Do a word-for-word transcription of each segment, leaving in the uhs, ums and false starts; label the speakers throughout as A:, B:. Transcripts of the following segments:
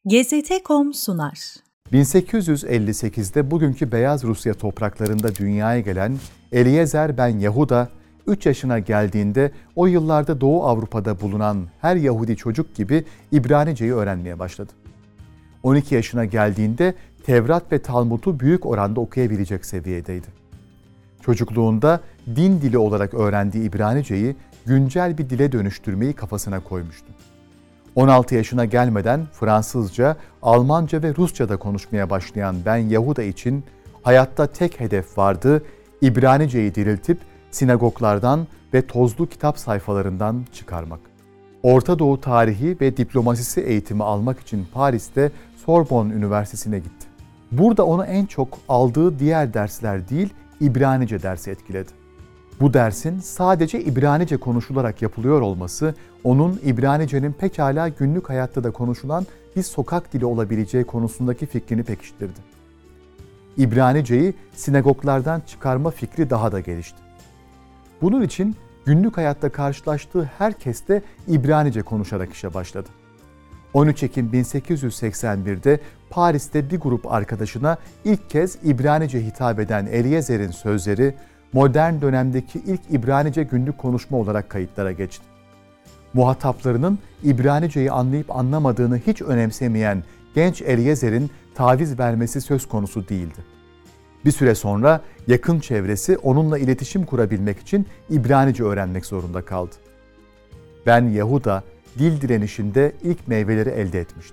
A: G Z T nokta com sunar.
B: bin sekiz yüz elli sekizde bugünkü Beyaz Rusya topraklarında dünyaya gelen Eliezer ben Yehuda, üç yaşına geldiğinde o yıllarda Doğu Avrupa'da bulunan her Yahudi çocuk gibi İbranice'yi öğrenmeye başladı. on iki yaşına geldiğinde Tevrat ve Talmud'u büyük oranda okuyabilecek seviyedeydi. Çocukluğunda din dili olarak öğrendiği İbranice'yi güncel bir dile dönüştürmeyi kafasına koymuştu. on altı yaşına gelmeden Fransızca, Almanca ve Rusça'da konuşmaya başlayan Ben Yehuda için hayatta tek hedef vardı: İbranice'yi diriltip sinagoglardan ve tozlu kitap sayfalarından çıkarmak. Orta Doğu tarihi ve diplomasisi eğitimi almak için Paris'te Sorbonne Üniversitesi'ne gitti. Burada onu en çok aldığı diğer dersler değil, İbranice dersi etkiledi. Bu dersin sadece İbranice konuşularak yapılıyor olması, onun İbranice'nin pekala günlük hayatta da konuşulan bir sokak dili olabileceği konusundaki fikrini pekiştirdi. İbranice'yi sinagoglardan çıkarma fikri daha da gelişti. Bunun için günlük hayatta karşılaştığı herkesle İbranice konuşarak işe başladı. on üç Ekim bin sekiz yüz seksen birde Paris'te bir grup arkadaşına ilk kez İbranice hitap eden Eliezer'in sözleri, modern dönemdeki ilk İbranice günlük konuşma olarak kayıtlara geçti. Muhataplarının İbranice'yi anlayıp anlamadığını hiç önemsemeyen genç Eliezer'in taviz vermesi söz konusu değildi. Bir süre sonra yakın çevresi onunla iletişim kurabilmek için İbranice öğrenmek zorunda kaldı. Ben Yehuda, dil direnişinde ilk meyveleri elde etmişti.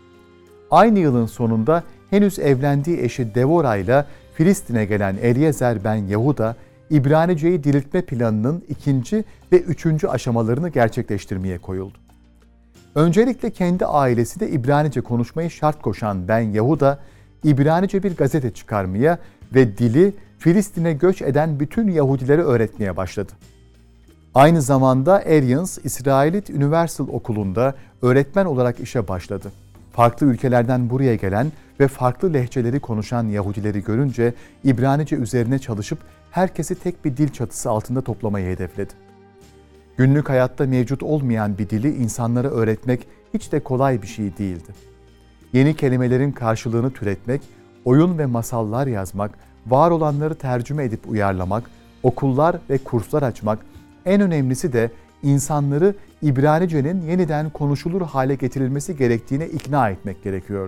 B: Aynı yılın sonunda henüz evlendiği eşi Devora ile Filistin'e gelen Eliezer ben Yehuda, İbranice'yi diriltme planının ikinci ve üçüncü aşamalarını gerçekleştirmeye koyuldu. Öncelikle kendi ailesi de İbranice konuşmayı şart koşan ben Yehuda, İbranice bir gazete çıkarmaya ve dili Filistin'e göç eden bütün Yahudilere öğretmeye başladı. Aynı zamanda Arians İsrailit Universal Okulu'nda öğretmen olarak işe başladı. Farklı ülkelerden buraya gelen ve farklı lehçeleri konuşan Yahudileri görünce İbranice üzerine çalışıp herkesi tek bir dil çatısı altında toplamayı hedefledi. Günlük hayatta mevcut olmayan bir dili insanlara öğretmek hiç de kolay bir şey değildi. Yeni kelimelerin karşılığını türetmek, oyun ve masallar yazmak, var olanları tercüme edip uyarlamak, okullar ve kurslar açmak, en önemlisi de insanları İbranice'nin yeniden konuşulur hale getirilmesi gerektiğine ikna etmek gerekiyordu.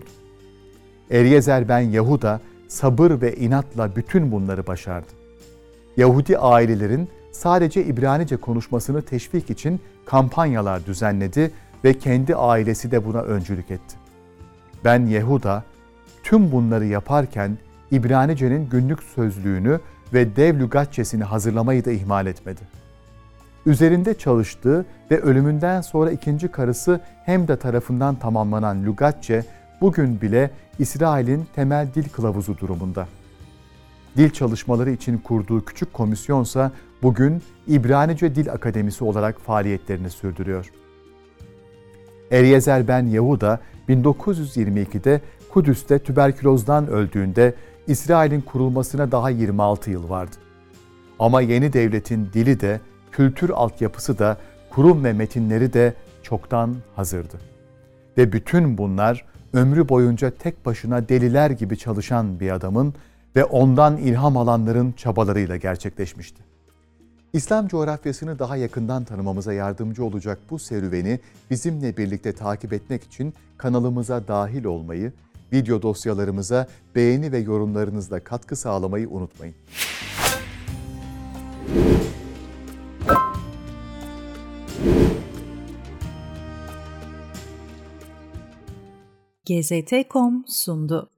B: Eliezer ben Yehuda sabır ve inatla bütün bunları başardı. Yahudi ailelerin sadece İbranice konuşmasını teşvik için kampanyalar düzenledi ve kendi ailesi de buna öncülük etti. Ben Yehuda tüm bunları yaparken İbranice'nin günlük sözlüğünü ve dev lügatçesini hazırlamayı da ihmal etmedi. Üzerinde çalıştığı ve ölümünden sonra ikinci karısı Hemda tarafından tamamlanan lügatçe bugün bile İsrail'in temel dil kılavuzu durumunda. Dil çalışmaları için kurduğu küçük komisyonsa bugün İbranice Dil Akademisi olarak faaliyetlerini sürdürüyor. Eliezer ben Yehuda bin dokuz yüz yirmi ikide Kudüs'te tüberkülozdan öldüğünde İsrail'in kurulmasına daha yirmi altı yıl vardı. Ama yeni devletin dili de, kültür altyapısı da, kurum ve metinleri de çoktan hazırdı. Ve bütün bunlar ömrü boyunca tek başına deliler gibi çalışan bir adamın ve ondan ilham alanların çabalarıyla gerçekleşmişti. İslam coğrafyasını daha yakından tanımamıza yardımcı olacak bu serüveni bizimle birlikte takip etmek için kanalımıza dahil olmayı, video dosyalarımıza beğeni ve yorumlarınızla katkı sağlamayı unutmayın.
A: G Z T nokta com sundu.